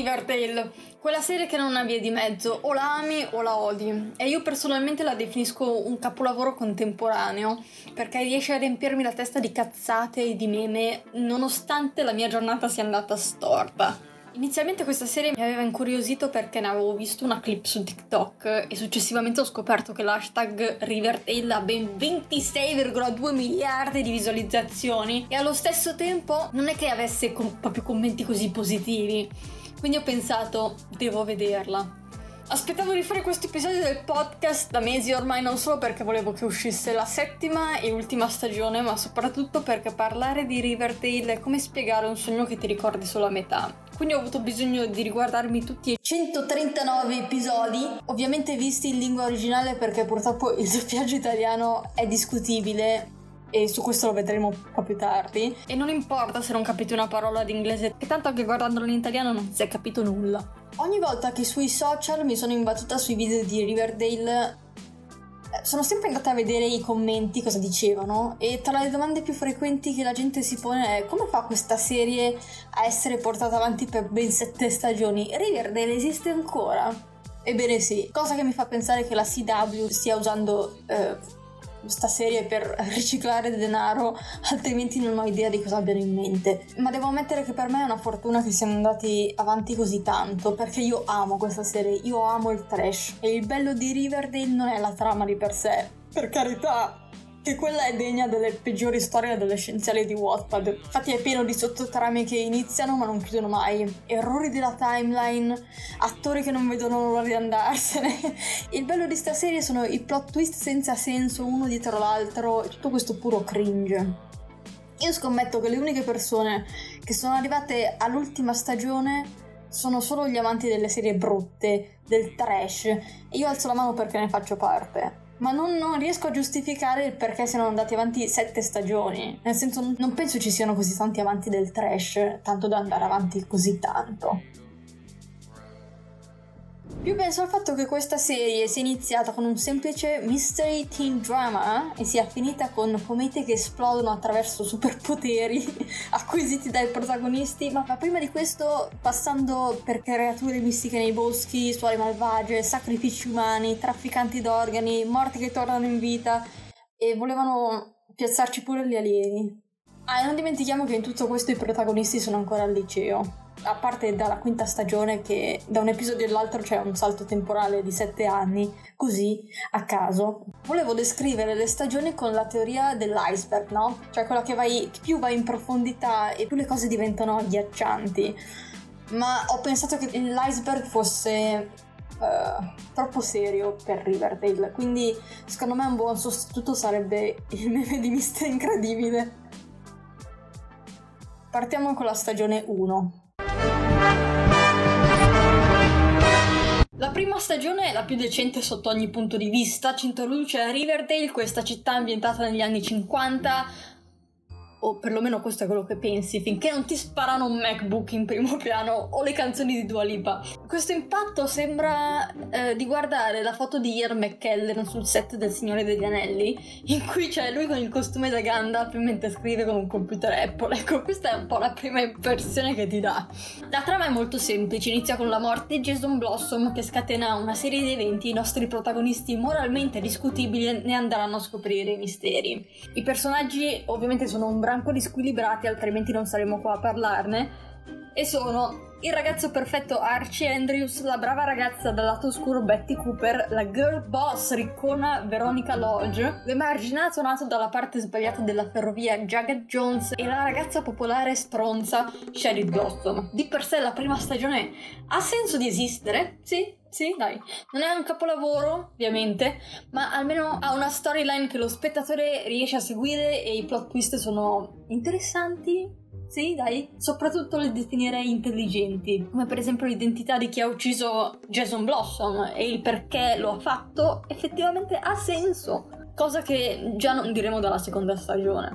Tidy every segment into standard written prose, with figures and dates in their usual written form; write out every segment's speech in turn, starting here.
Riverdale, quella serie che non ha vie di mezzo, o la ami o la odi, e io personalmente la definisco un capolavoro contemporaneo perché riesce a riempirmi la testa di cazzate e di meme nonostante la mia giornata sia andata storta. Inizialmente questa serie mi aveva incuriosito perché ne avevo visto una clip su TikTok e successivamente ho scoperto che l'hashtag Riverdale ha ben 26,2 miliardi di visualizzazioni e allo stesso tempo non è che avesse proprio commenti così positivi, quindi ho pensato, devo vederla. Aspettavo di fare questo episodio del podcast da mesi ormai, non solo perché volevo che uscisse la 7ª e ultima stagione, ma soprattutto perché parlare di Riverdale è come spiegare un sogno che ti ricordi solo a metà. Quindi ho avuto bisogno di riguardarmi tutti i 139 episodi, ovviamente visti in lingua originale perché purtroppo il doppiaggio italiano è discutibile e su questo lo vedremo un po' più tardi. E non importa se non capite una parola d'inglese, che tanto anche guardandolo in italiano non si è capito nulla. Ogni volta che sui social mi sono imbattuta sui video di Riverdale, sono sempre andata a vedere i commenti, cosa dicevano, e tra le domande più frequenti che la gente si pone è: come fa questa serie a essere portata avanti per ben 7 stagioni? Riverdale esiste ancora? Ebbene sì, cosa che mi fa pensare che la CW stia usando questa serie per riciclare denaro, altrimenti non ho idea di cosa abbiano in mente. Ma devo ammettere che per me è una fortuna che siamo andati avanti così tanto, perché io amo questa serie, io amo il trash, e il bello di Riverdale non è la trama di per sé, per carità, che quella è degna delle peggiori storie adolescenziali di Wattpad. Infatti è pieno di sottotrame che iniziano ma non chiudono mai, errori della timeline, attori che non vedono l'ora di andarsene. Il bello di sta serie sono i plot twist senza senso uno dietro l'altro e tutto questo puro cringe. Io scommetto che le uniche persone che sono arrivate all'ultima stagione sono solo gli amanti delle serie brutte, del trash, e io alzo la mano perché ne faccio parte. Ma non riesco a giustificare il perché siano andati avanti 7 stagioni. Nel senso, non penso ci siano così tanti amanti del trash, tanto da andare avanti così tanto. Più penso al fatto che questa serie sia iniziata con un semplice mystery teen drama e sia finita con comete che esplodono attraverso superpoteri acquisiti dai protagonisti, ma prima di questo passando per creature mistiche nei boschi, suore malvagie, sacrifici umani, trafficanti d'organi, morti che tornano in vita, e volevano piazzarci pure gli alieni. E non dimentichiamo che in tutto questo i protagonisti sono ancora al liceo. A parte dalla 5ª stagione, che da un episodio all'altro c'è un salto temporale di 7 anni, così a caso. Volevo descrivere le stagioni con la teoria dell'iceberg, no? Cioè quella che più vai in profondità e più le cose diventano agghiaccianti. Ma ho pensato che l'iceberg fosse troppo serio per Riverdale, quindi secondo me un buon sostituto sarebbe il meme di Mr. Incredibile. Partiamo con la stagione 1. La prima stagione è la più decente sotto ogni punto di vista, ci introduce a Riverdale, questa città ambientata negli anni 50, o perlomeno questo è quello che pensi, finché non ti sparano un MacBook in primo piano o le canzoni di Dua Lipa. Questo impatto sembra di guardare la foto di Ian McKellen sul set del Signore degli Anelli, in cui c'è lui con il costume da Gandalf mentre scrive con un computer Apple. Ecco, questa è un po' la prima impressione che ti dà. La trama è molto semplice, inizia con la morte di Jason Blossom che scatena una serie di eventi. I nostri protagonisti moralmente discutibili ne andranno a scoprire i misteri. I personaggi ovviamente sono un branco di squilibrati, altrimenti non saremmo qua a parlarne, e sono il ragazzo perfetto Archie Andrews, la brava ragazza dal lato oscuro Betty Cooper, la girl boss riccona Veronica Lodge, l'emarginato nato dalla parte sbagliata della ferrovia Jagged Jones e la ragazza popolare stronza Sherry Blossom. Di per sé la prima stagione ha senso di esistere, sì, dai. Non è un capolavoro, ovviamente, ma almeno ha una storyline che lo spettatore riesce a seguire e i plot twist sono interessanti. Sì, dai. Soprattutto le definirei intelligenti, come per esempio l'identità di chi ha ucciso Jason Blossom e il perché lo ha fatto effettivamente ha senso, cosa che già non diremo dalla 2ª stagione.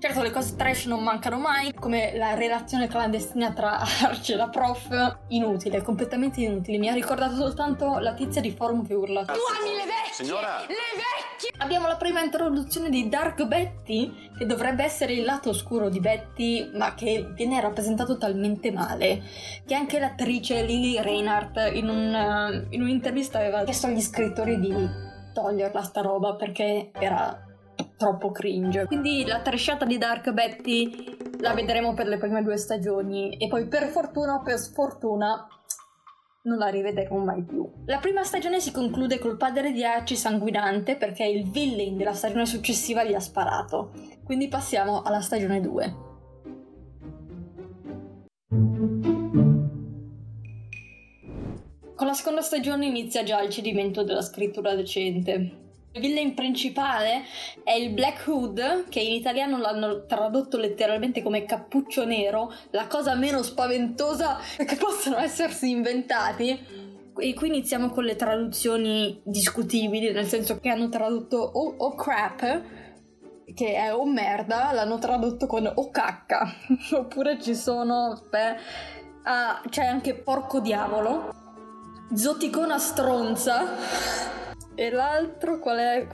Certo, le cose trash non mancano mai, come la relazione clandestina tra Archie e la prof, inutile, completamente inutile. Mi ha ricordato soltanto la tizia di forum che urla: Uomini le vecchie! Signora! Le vecchie! Abbiamo la prima introduzione di Dark Betty, che dovrebbe essere il lato oscuro di Betty, ma che viene rappresentato talmente male, che anche l'attrice Lily Reinhardt in un'intervista aveva chiesto agli scrittori di toglierla sta roba perché era troppo cringe. Quindi la trasciata di Dark Betty la vedremo per le prime 2 stagioni e poi per fortuna o per sfortuna non la rivedremo mai più. La prima stagione si conclude col padre di Archie sanguinante perché il villain della stagione successiva gli ha sparato. Quindi passiamo alla stagione 2. Con la seconda stagione inizia già il cedimento della scrittura decente. Il villain principale è il Black Hood, che in italiano l'hanno tradotto letteralmente come cappuccio nero, la cosa meno spaventosa che possano essersi inventati. E qui iniziamo con le traduzioni discutibili, nel senso che hanno tradotto oh crap, che è oh merda, l'hanno tradotto con oh cacca. Oppure ci sono, c'è anche porco diavolo, zoticona stronza. E l'altro qual è?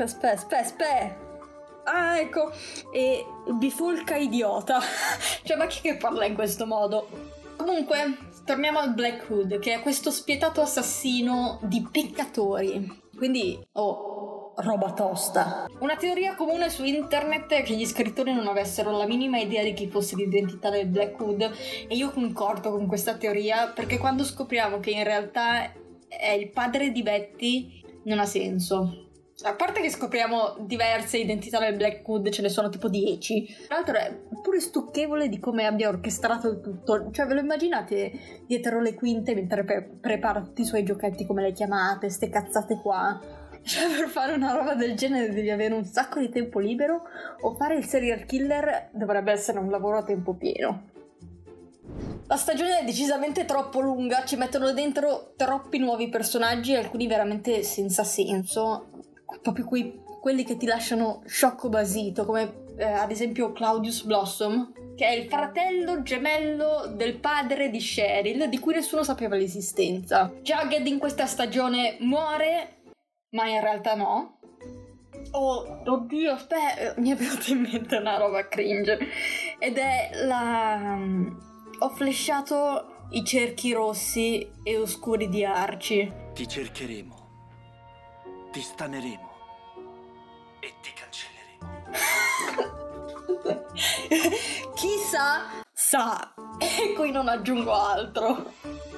Ah, ecco. E bifolca idiota. Cioè, ma chi che parla in questo modo? Comunque, torniamo al Black Hood, che è questo spietato assassino di peccatori. Quindi, roba tosta. Una teoria comune su internet è che gli scrittori non avessero la minima idea di chi fosse l'identità del Black Hood, e io concordo con questa teoria, perché quando scopriamo che in realtà è il padre di Betty non ha senso. A parte che scopriamo diverse identità del Black Hood, ce ne sono tipo 10. Tra l'altro è pure stucchevole di come abbia orchestrato il tutto. Cioè, ve lo immaginate dietro le quinte mentre prepara tutti i suoi giochetti, come le chiamate, ste cazzate qua? Cioè, per fare una roba del genere devi avere un sacco di tempo libero, o fare il serial killer dovrebbe essere un lavoro a tempo pieno. La stagione è decisamente troppo lunga, ci mettono dentro troppi nuovi personaggi, alcuni veramente senza senso, proprio quelli che ti lasciano sciocco basito, come ad esempio Claudius Blossom, che è il fratello gemello del padre di Cheryl, di cui nessuno sapeva l'esistenza. Jughead in questa stagione muore, ma in realtà no. Oddio, aspetta, mi è venuta in mente una roba cringe, ed è ho flashato i cerchi rossi e oscuri di Archie. Ti cercheremo, ti staneremo e ti cancelleremo. Chi sa, e qui non aggiungo altro.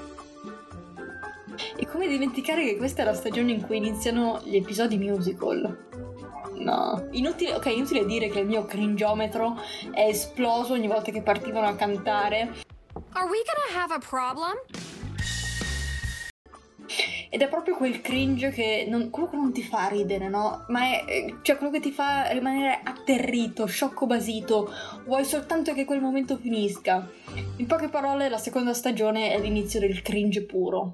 E come dimenticare che questa è la stagione in cui iniziano gli episodi musical? No, inutile dire che il mio cringiometro è esploso ogni volta che partivano a cantare. Are we gonna have a problem? Ed è proprio quel cringe quello che non ti fa ridere, no? Ma è cioè quello che ti fa rimanere atterrito, sciocco basito. Vuoi soltanto che quel momento finisca. In poche parole, la seconda stagione è l'inizio del cringe puro.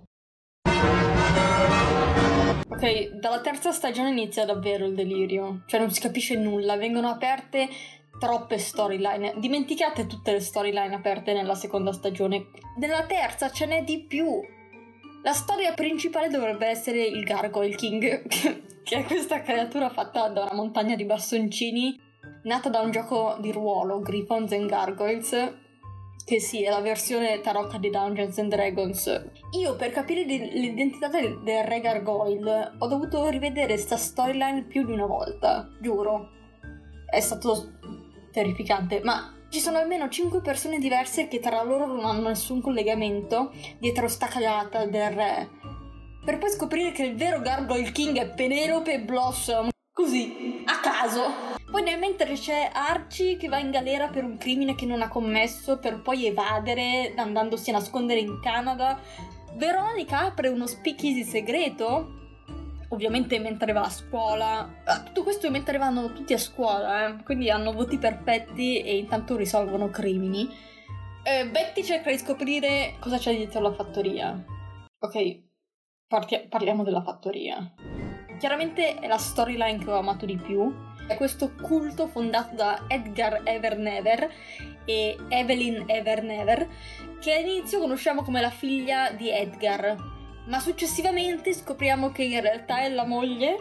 Ok, dalla terza stagione inizia davvero il delirio. Cioè non si capisce nulla, vengono aperte troppe storyline. Dimenticate tutte le storyline aperte nella seconda stagione. Nella terza ce n'è di più. La storia principale dovrebbe essere il Gargoyle King, che è questa creatura fatta da una montagna di bastoncini, nata da un gioco di ruolo, Griffons and Gargoyles, che sì, è la versione tarocca di Dungeons and Dragons. Io, per capire l'identità del re Gargoyle, ho dovuto rivedere sta storyline più di una volta, giuro. È stato terrificante, ma ci sono almeno 5 persone diverse che tra loro non hanno nessun collegamento dietro sta cagata del re, per poi scoprire che il vero Gargoyle King è Penelope Blossom, così, a caso. Poi nel mentre c'è Archie che va in galera per un crimine che non ha commesso, per poi evadere andandosi a nascondere in Canada. Veronica apre uno speakeasy segreto, ovviamente mentre va a scuola. Tutto questo mentre vanno tutti a scuola, quindi hanno voti perfetti e intanto risolvono crimini. Betty cerca di scoprire cosa c'è dietro la fattoria. Ok, parliamo della fattoria. Chiaramente è la storyline che ho amato di più, È questo culto fondato da Edgar Evernever e Evelyn Evernever, che all'inizio conosciamo come la figlia di Edgar, ma successivamente scopriamo che in realtà è la moglie.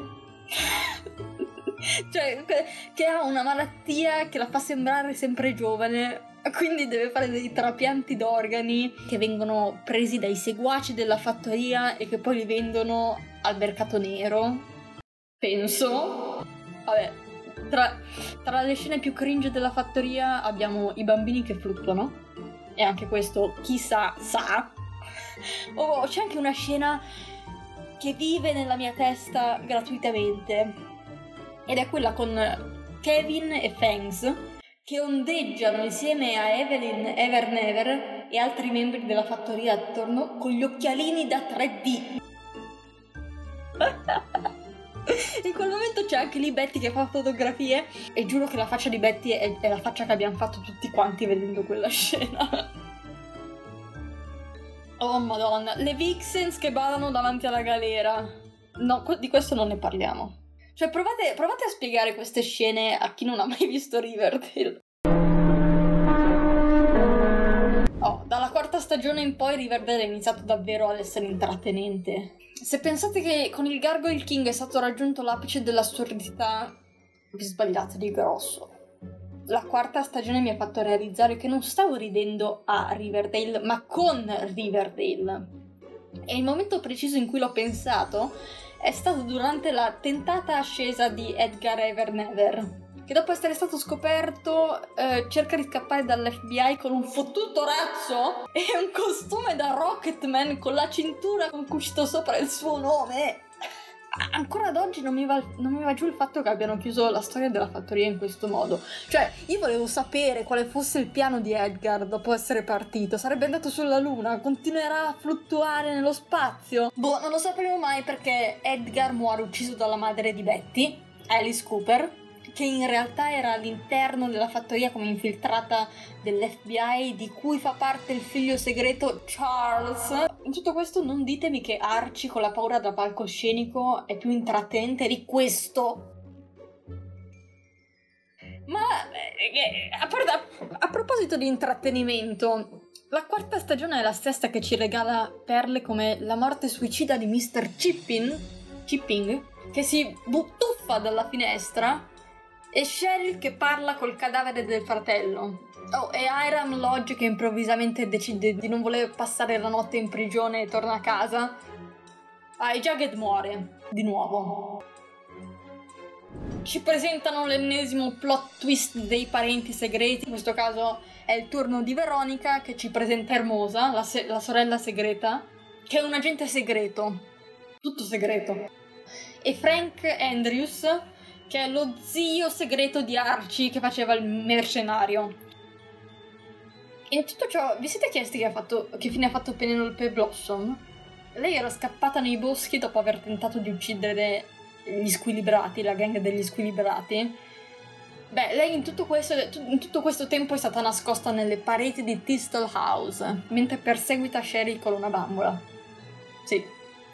Cioè, che ha una malattia che la fa sembrare sempre giovane, quindi deve fare dei trapianti d'organi che vengono presi dai seguaci della fattoria e che poi li vendono al mercato nero, penso. Vabbè, tra le scene più cringe della fattoria abbiamo i bambini che fluttuano, e anche questo chissà sa. Oh, c'è anche una scena che vive nella mia testa gratuitamente, ed è quella con Kevin e Fangs che ondeggiano insieme a Evelyn Evernever e altri membri della fattoria attorno con gli occhialini da 3D. In quel momento c'è anche lì Betty che fa fotografie, e giuro che la faccia di Betty è la faccia che abbiamo fatto tutti quanti vedendo quella scena. Oh madonna, le vixens che ballano davanti alla galera. No, di questo non ne parliamo. Cioè, provate a spiegare queste scene a chi non ha mai visto Riverdale. Oh, dalla quarta stagione in poi Riverdale è iniziato davvero ad essere intrattenente. Se pensate che con il Gargoyle King è stato raggiunto l'apice dell'assurdità, vi sbagliate di grosso. La quarta stagione mi ha fatto realizzare che non stavo ridendo a Riverdale, ma con Riverdale. E il momento preciso in cui l'ho pensato è stato durante la tentata ascesa di Edgar Evernever, che dopo essere stato scoperto cerca di scappare dall'FBI con un fottuto razzo e un costume da Rocketman con la cintura con cucito sopra il suo nome. Ancora ad oggi non mi va giù il fatto che abbiano chiuso la storia della fattoria in questo modo. Cioè, io volevo sapere quale fosse il piano di Edgar dopo essere partito. Sarebbe andato sulla Luna? Continuerà a fluttuare nello spazio? Boh, non lo sapremo mai, perché Edgar muore ucciso dalla madre di Betty, Alice Cooper, che in realtà era all'interno della fattoria come infiltrata dell'FBI, di cui fa parte il figlio segreto Charles. In tutto questo non ditemi che Archie con la paura da palcoscenico è più intrattenente di questo. Ma a proposito di intrattenimento, la quarta stagione è la stessa che ci regala perle come la morte suicida di Mr. Chipping, che si tuffa dalla finestra, e Cheryl che parla col cadavere del fratello. Oh, e Hiram Lodge che improvvisamente decide di non voler passare la notte in prigione e torna a casa. E Jagged muore, di nuovo. Ci presentano l'ennesimo plot twist dei parenti segreti. In questo caso è il turno di Veronica, che ci presenta Hermosa, la sorella segreta, che è un agente segreto. Tutto segreto. E Frank Andrews, che è lo zio segreto di Archie che faceva il mercenario. In tutto ciò, vi siete chiesti che fine ha fatto Penelope Blossom? Lei era scappata nei boschi dopo aver tentato di uccidere gli squilibrati, la gang degli squilibrati. Beh, lei in tutto questo tempo è stata nascosta nelle pareti di Thistle House, mentre perseguita Cheryl con una bambola. Sì.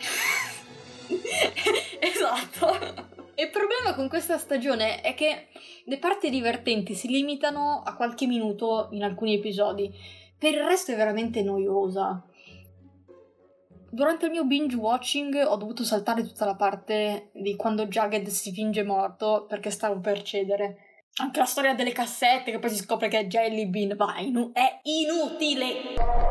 Esatto. Il problema con questa stagione è che le parti divertenti si limitano a qualche minuto in alcuni episodi. Per il resto è veramente noiosa. Durante il mio binge watching ho dovuto saltare tutta la parte di quando Jagged si finge morto perché stavo per cedere. Anche la storia delle cassette, che poi si scopre che è Jelly Bean, è inutile!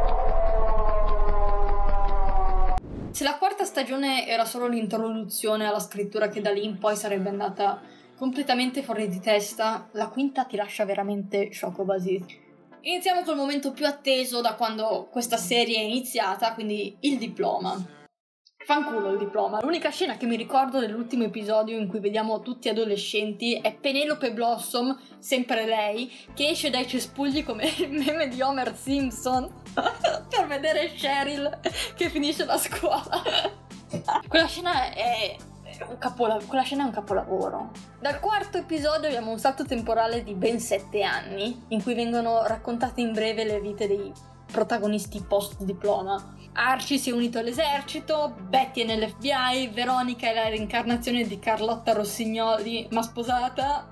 Se la quarta stagione era solo l'introduzione alla scrittura che da lì in poi sarebbe andata completamente fuori di testa, la quinta ti lascia veramente sciocco-basito. Iniziamo col momento più atteso da quando questa serie è iniziata, quindi il diploma. Fanculo il diploma. L'unica scena che mi ricordo dell'ultimo episodio in cui vediamo tutti adolescenti è Penelope Blossom, sempre lei, che esce dai cespugli come il meme di Homer Simpson per vedere Cheryl che finisce la scuola. Quella scena è un capolavoro. Dal quarto episodio abbiamo un salto temporale di ben 7 anni, in cui vengono raccontate in breve le vite dei protagonisti post-diploma. Archie si è unito all'esercito, Betty è nell'FBI, Veronica è la reincarnazione di Carlotta Rossignoli, ma sposata.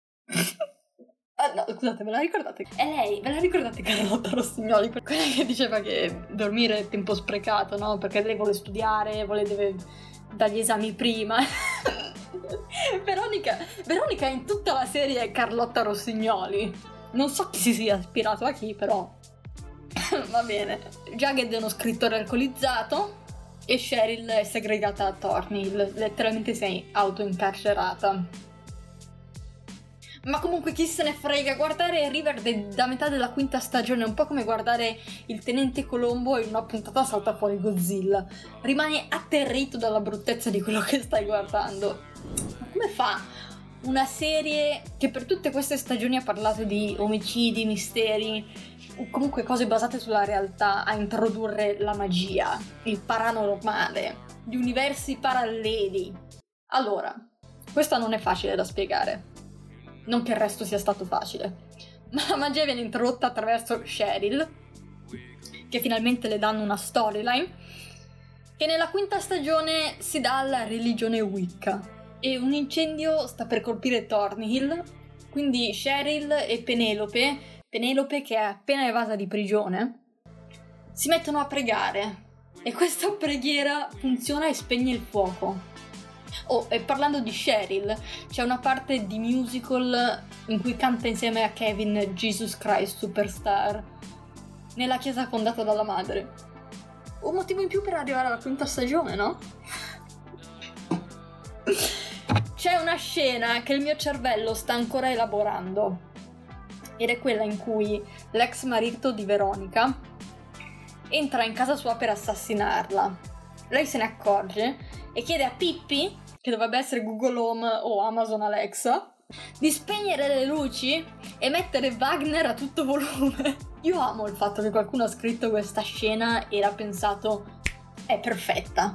Ah no, scusate, ve la ricordate? È lei, ve la ricordate Carlotta Rossignoli? Quella che diceva che dormire è tempo sprecato, no? Perché lei vuole studiare, deve dare gli esami prima. Veronica in tutta la serie è Carlotta Rossignoli. Non so chi si sia ispirato a chi, però va bene. Jagged è uno scrittore alcolizzato e Cheryl è segregata a Thornhill. Letteralmente sei autoincarcerata. Ma comunque chi se ne frega, guardare Riverdale da metà della quinta stagione è un po' come guardare il tenente Colombo e in una puntata salta fuori Godzilla. Rimani atterrito dalla bruttezza di quello che stai guardando. Ma come fa una serie che per tutte queste stagioni ha parlato di omicidi, misteri, o comunque cose basate sulla realtà, a introdurre la magia, il paranormale, gli universi paralleli? Allora, questa non è facile da spiegare. Non che il resto sia stato facile, ma la magia viene introdotta attraverso Cheryl, che finalmente le danno una storyline, che nella quinta stagione si dà alla religione Wicca, e un incendio sta per colpire Thornhill, quindi Cheryl e Penelope che è appena evasa di prigione, si mettono a pregare, e questa preghiera funziona e spegne il fuoco. Oh, e parlando di Cheryl, c'è una parte di musical in cui canta insieme a Kevin Jesus Christ Superstar nella chiesa fondata dalla madre. Un motivo in più per arrivare alla quinta stagione, no? C'è una scena che il mio cervello sta ancora elaborando, ed è quella in cui l'ex marito di Veronica entra in casa sua per assassinarla. Lei se ne accorge e chiede a Pippi, che dovrebbe essere Google Home o Amazon Alexa, di spegnere le luci e mettere Wagner a tutto volume. Io amo il fatto che qualcuno ha scritto questa scena e l'ha pensato è perfetta.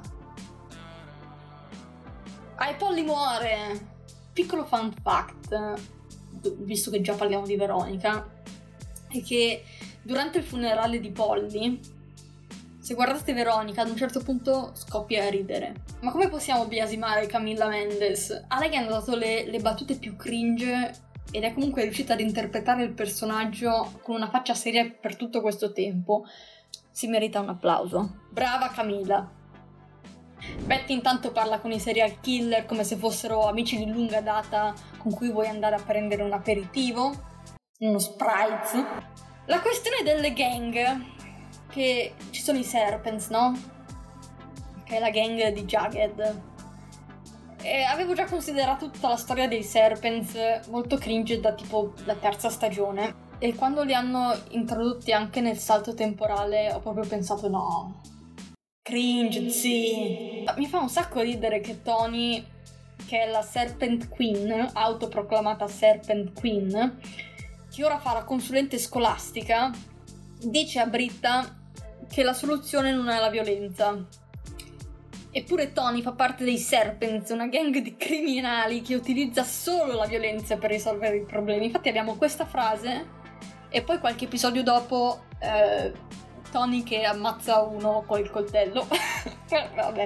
Polly muore. Piccolo fun fact, visto che già parliamo di Veronica, è che durante il funerale di Polly, se guardate Veronica, ad un certo punto scoppia a ridere. Ma come possiamo biasimare Camilla Mendes? A lei che hanno dato le battute più cringe ed è comunque riuscita ad interpretare il personaggio con una faccia seria per tutto questo tempo. Si merita un applauso. Brava Camilla. Betty intanto parla con i serial killer come se fossero amici di lunga data con cui vuoi andare a prendere un aperitivo, uno spritz. La questione delle gang, che ci sono i Serpents, no? Che è la gang di Jagged. E avevo già considerato tutta la storia dei Serpents molto cringe da tipo la terza stagione, e quando li hanno introdotti anche nel salto temporale ho proprio pensato no, cringe, sì. Mi fa un sacco ridere che Tony, che è la Serpent Queen, autoproclamata Serpent Queen, che ora fa la consulente scolastica, dice a Britta che la soluzione non è la violenza. Eppure Tony fa parte dei Serpents, una gang di criminali che utilizza solo la violenza per risolvere i problemi. Infatti abbiamo questa frase e poi qualche episodio dopo Tony che ammazza uno col coltello. Vabbè.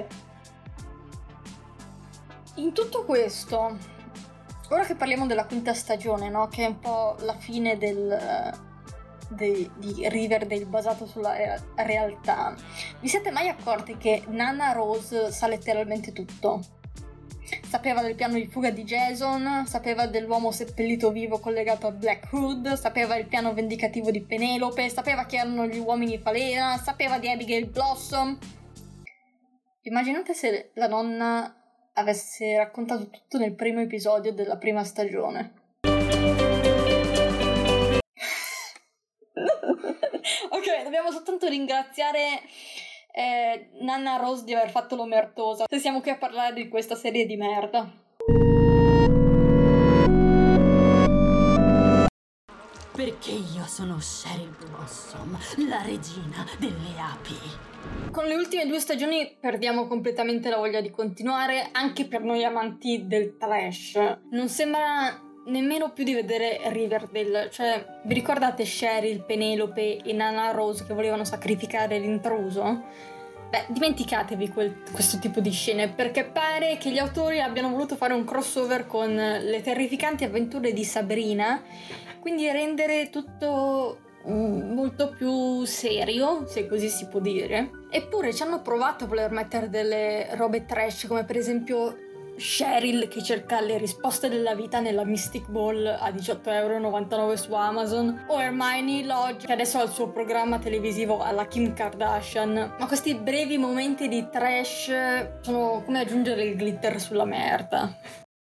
In tutto questo, ora che parliamo della quinta stagione, no? Che è un po' la fine di Riverdale basato sulla realtà, vi siete mai accorti che Nana Rose sa letteralmente tutto? Sapeva del piano di fuga di Jason, sapeva dell'uomo seppellito vivo collegato a Black Hood, sapeva il piano vendicativo di Penelope, sapeva chi erano gli uomini Falena, sapeva di Abigail Blossom. Immaginate se la nonna avesse raccontato tutto nel primo episodio della prima stagione. Ok, dobbiamo soltanto ringraziare Nana Rose di aver fatto l'omertosa, se siamo qui a parlare di questa serie di merda. Perché io sono Cheryl Blossom, la regina delle api. Con le ultime 2 stagioni perdiamo completamente la voglia di continuare, anche per noi amanti del trash. Non sembra nemmeno più di vedere Riverdale. Cioè, vi ricordate Cheryl, Penelope e Nana Rose che volevano sacrificare l'intruso? Beh, dimenticatevi questo tipo di scene, perché pare che gli autori abbiano voluto fare un crossover con le terrificanti avventure di Sabrina, quindi rendere tutto molto più serio, se così si può dire. Eppure ci hanno provato a voler mettere delle robe trash, come per esempio Cheryl che cerca le risposte della vita nella Mystic Ball a 18,99€ su Amazon, o Hermione Lodge che adesso ha il suo programma televisivo alla Kim Kardashian. Ma questi brevi momenti di trash sono come aggiungere il glitter sulla merda.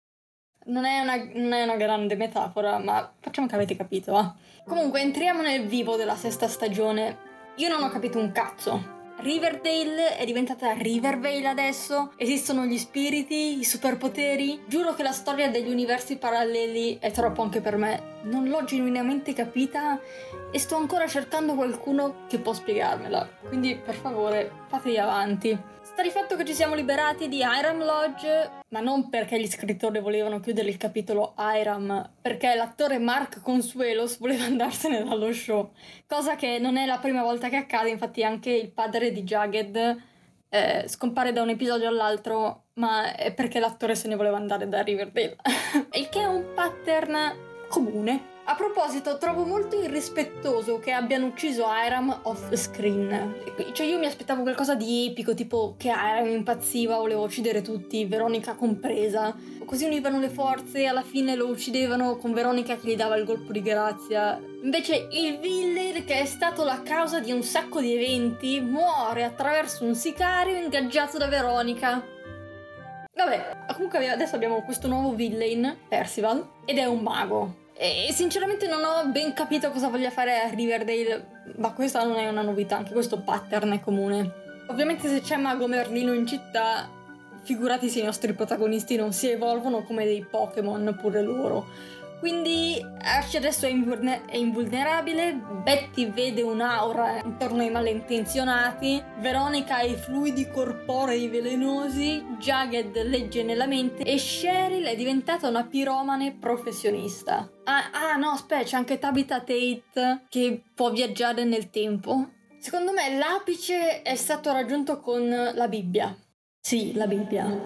Non è una grande metafora, ma facciamo che avete capito, eh? Comunque, entriamo nel vivo della sesta stagione. Io non ho capito un cazzo. Riverdale è diventata Rivervale adesso? Esistono gli spiriti, i superpoteri? Giuro che la storia degli universi paralleli è troppo anche per me. Non l'ho genuinamente capita e sto ancora cercando qualcuno che può spiegarmela. Quindi, per favore, fatevi avanti. Sta di fatto che ci siamo liberati di Hiram Lodge, ma non perché gli scrittori volevano chiudere il capitolo Hiram, perché l'attore Mark Consuelos voleva andarsene dallo show, cosa che non è la prima volta che accade. Infatti anche il padre di Jagged scompare da un episodio all'altro, ma è perché l'attore se ne voleva andare da Riverdale. Il che è un pattern comune. A proposito, trovo molto irrispettoso che abbiano ucciso Hiram off screen. Cioè, io mi aspettavo qualcosa di epico, tipo che Hiram impazziva, voleva uccidere tutti, Veronica compresa. Così univano le forze e alla fine lo uccidevano con Veronica che gli dava il colpo di grazia. Invece il villain, che è stato la causa di un sacco di eventi, muore attraverso un sicario ingaggiato da Veronica. Vabbè, comunque adesso abbiamo questo nuovo villain, Percival, ed è un mago. E sinceramente non ho ben capito cosa voglia fare a Riverdale, ma questa non è una novità, anche questo pattern è comune. Ovviamente se c'è Mago Merlino in città, figurati se i nostri protagonisti non si evolvono come dei Pokémon pure loro. Quindi Archie adesso è invulnerabile, Betty vede un'aura intorno ai malintenzionati, Veronica ha i fluidi corporei velenosi, Jagged legge nella mente e Cheryl è diventata una piromane professionista. No, aspetta, c'è anche Tabitha Tate che può viaggiare nel tempo. Secondo me l'apice è stato raggiunto con la Bibbia. Sì, la Bibbia.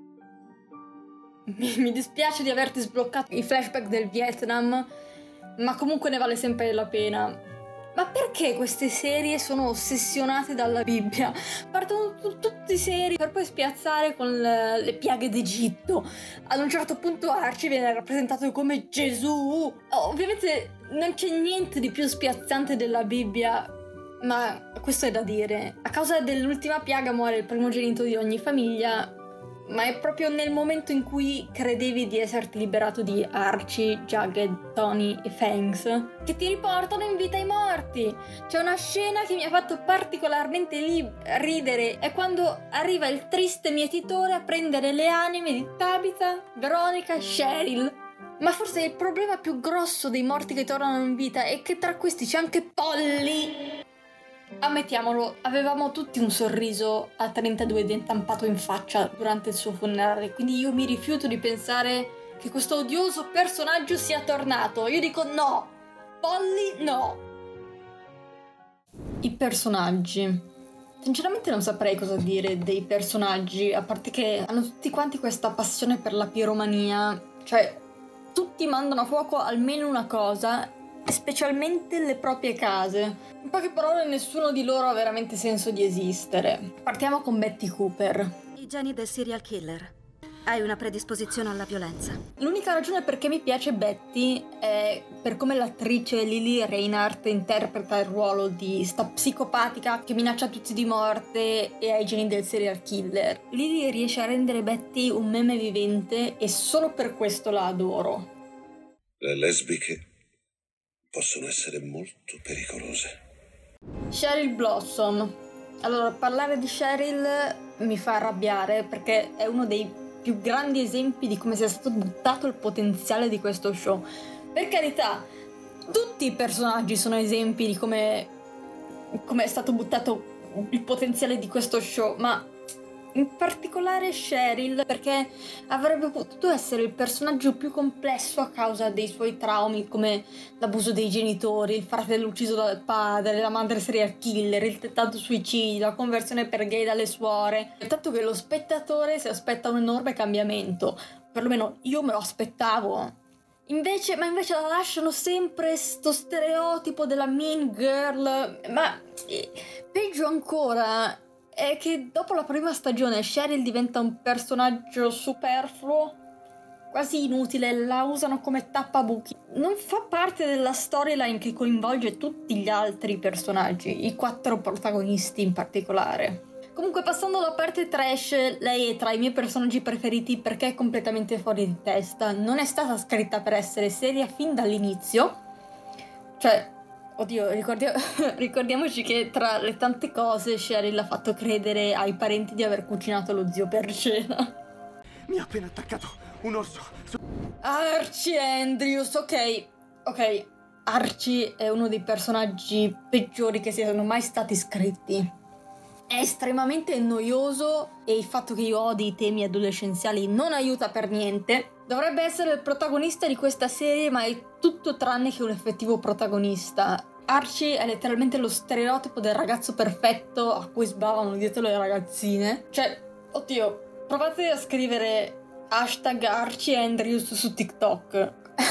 Mi dispiace di averti sbloccato i flashback del Vietnam, ma comunque ne vale sempre la pena. Ma perché queste serie sono ossessionate dalla Bibbia? Partono tutti seri per poi spiazzare con le piaghe d'Egitto. Ad un certo punto Archie viene rappresentato come Gesù. Ovviamente non c'è niente di più spiazzante della Bibbia, ma questo è da dire. A causa dell'ultima piaga muore il primogenito di ogni famiglia, ma è proprio nel momento in cui credevi di esserti liberato di Archie, Jagged, Tony e Fangs che ti riportano in vita i morti. C'è una scena che mi ha fatto particolarmente ridere, è quando arriva il triste mietitore a prendere le anime di Tabitha, Veronica e Cheryl. Ma forse il problema più grosso dei morti che tornano in vita è che tra questi c'è anche Polly. Ammettiamolo, avevamo tutti un sorriso a 32 dentampato in faccia durante il suo funerale, quindi io mi rifiuto di pensare che questo odioso personaggio sia tornato. Io dico no, Polly no. I personaggi. Sinceramente non saprei cosa dire dei personaggi, a parte che hanno tutti quanti questa passione per la piromania, cioè tutti mandano a fuoco almeno una cosa, specialmente le proprie case. In poche parole, nessuno di loro ha veramente senso di esistere. Partiamo con Betty Cooper. I geni del serial killer. Hai una predisposizione alla violenza. L'unica ragione perché mi piace Betty è per come l'attrice Lily Reinhardt interpreta il ruolo di sta psicopatica che minaccia tutti di morte e ha i geni del serial killer. Lily riesce a rendere Betty un meme vivente e solo per questo la adoro. Le lesbiche possono essere molto pericolose. Cheryl Blossom. Allora, parlare di Cheryl mi fa arrabbiare perché è uno dei più grandi esempi di come sia stato buttato il potenziale di questo show. Per carità, tutti i personaggi sono esempi di come è stato buttato il potenziale di questo show, ma in particolare Cheryl, perché avrebbe potuto essere il personaggio più complesso a causa dei suoi traumi, come l'abuso dei genitori, il fratello ucciso dal padre, la madre serial killer, il tentato suicidio, la conversione per gay dalle suore, tanto che lo spettatore si aspetta un enorme cambiamento, perlomeno io me lo aspettavo. Invece la lasciano sempre sto stereotipo della mean girl, ma peggio ancora è che dopo la prima stagione Cheryl diventa un personaggio superfluo, quasi inutile, la usano come tappabuchi. Non fa parte della storyline che coinvolge tutti gli altri personaggi, i 4 protagonisti in particolare. Comunque, passando alla parte trash, lei è tra i miei personaggi preferiti perché è completamente fuori di testa. Non è stata scritta per essere seria fin dall'inizio. Cioè, oddio, ricordiamoci che tra le tante cose Cheryl ha fatto credere ai parenti di aver cucinato lo zio per cena. Mi ha appena attaccato un orso. Archie Andrews, ok. Archie è uno dei personaggi peggiori che siano mai stati scritti. È estremamente noioso e il fatto che io odi i temi adolescenziali non aiuta per niente. Dovrebbe essere il protagonista di questa serie, ma è tutto tranne che un effettivo protagonista. Archie è letteralmente lo stereotipo del ragazzo perfetto a cui sbavano dietro le ragazzine. Cioè, oddio, provate a scrivere #Archie Andrews su TikTok.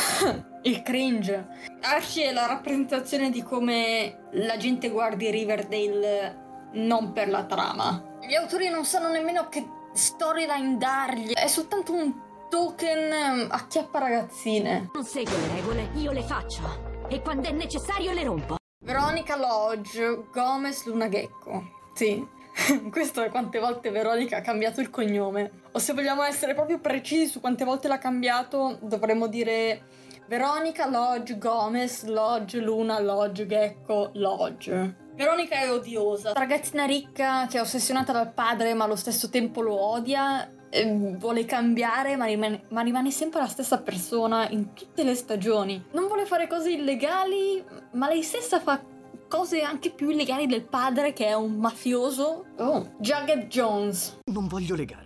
Il cringe. Archie è la rappresentazione di come la gente guardi Riverdale non per la trama. Gli autori non sanno nemmeno che storyline dargli. È soltanto un token acchiappa ragazzine. Non seguo le regole, io le faccio. E quando è necessario le rompo. Veronica Lodge Gomez Luna Gecko. Sì, questo è quante volte Veronica ha cambiato il cognome. O se vogliamo essere proprio precisi su quante volte l'ha cambiato, dovremmo dire Veronica Lodge Gomez Lodge Luna Lodge Gecko Lodge. Veronica è odiosa, ragazzina ricca che è ossessionata dal padre ma allo stesso tempo lo odia, vuole cambiare ma rimane sempre la stessa persona in tutte le stagioni. Non vuole fare cose illegali, ma lei stessa fa cose anche più illegali del padre che è un mafioso. Jughead Jones. Non voglio legare.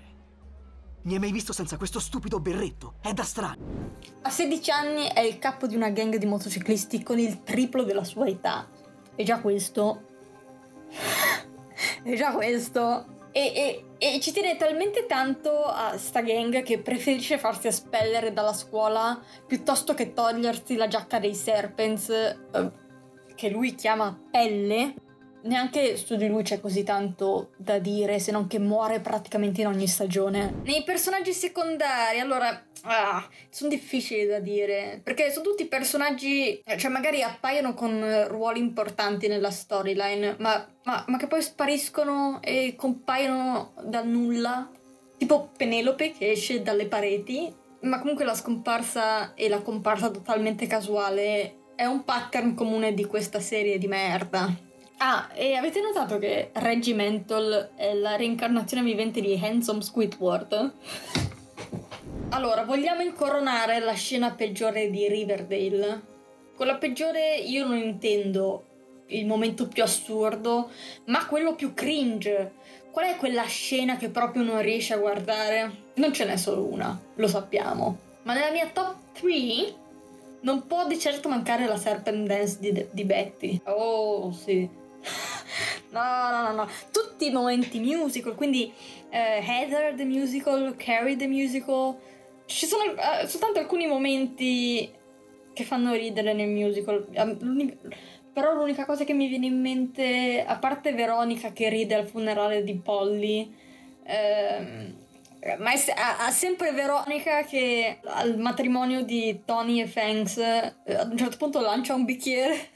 Mi hai mai visto senza questo stupido berretto? È da strano. A 16 anni è il capo di una gang di motociclisti con il triplo della sua età. E già questo. E ci tiene talmente tanto a sta gang che preferisce farsi espellere dalla scuola piuttosto che togliersi la giacca dei Serpents, che lui chiama pelle. Neanche su di lui c'è così tanto da dire, se non che muore praticamente in ogni stagione. Nei personaggi secondari, allora, sono difficili da dire, perché sono tutti personaggi, cioè magari appaiono con ruoli importanti nella storyline, ma che poi spariscono e compaiono dal nulla, tipo Penelope che esce dalle pareti, ma comunque la scomparsa e la comparsa totalmente casuale è un pattern comune di questa serie di merda. E avete notato che Regimental è la reincarnazione vivente di Handsome Squidward? Allora, vogliamo incoronare la scena peggiore di Riverdale? Con la peggiore io non intendo il momento più assurdo, ma quello più cringe. Qual è quella scena che proprio non riesci a guardare? Non ce n'è solo una, lo sappiamo. Ma nella mia top 3 non può di certo mancare la Serpent Dance di Betty. Oh, sì. No. Tutti i momenti musical, quindi Heather the musical, Carrie the musical. Ci sono soltanto alcuni momenti che fanno ridere nel musical. Però l'unica cosa che mi viene in mente, a parte Veronica che ride al funerale di Polly, ma ha sempre Veronica che al matrimonio di Tony e Fangs ad un certo punto lancia un bicchiere.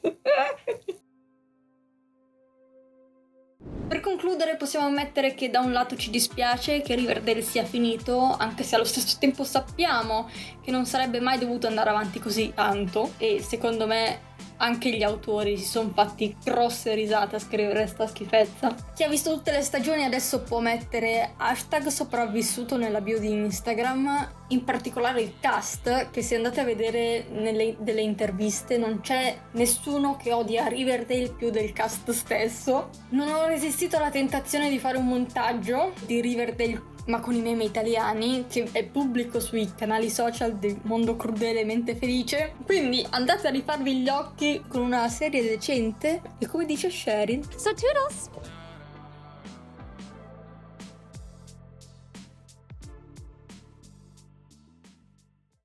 Per concludere possiamo ammettere che da un lato ci dispiace che Riverdale sia finito, anche se allo stesso tempo sappiamo che non sarebbe mai dovuto andare avanti così tanto, e secondo me anche gli autori si sono fatti grosse risate a scrivere sta schifezza. Chi ha visto tutte le stagioni adesso può mettere #sopravvissuto nella bio di Instagram, in particolare il cast, che se andate a vedere delle interviste non c'è nessuno che odia Riverdale più del cast stesso. Non ho resistito alla tentazione di fare un montaggio di Riverdale ma con i meme italiani, che è pubblico sui canali social del Mondo Crudele Mente Felice, quindi andate a rifarvi gli occhi con una serie decente e, come dice Sheryl, So toodles.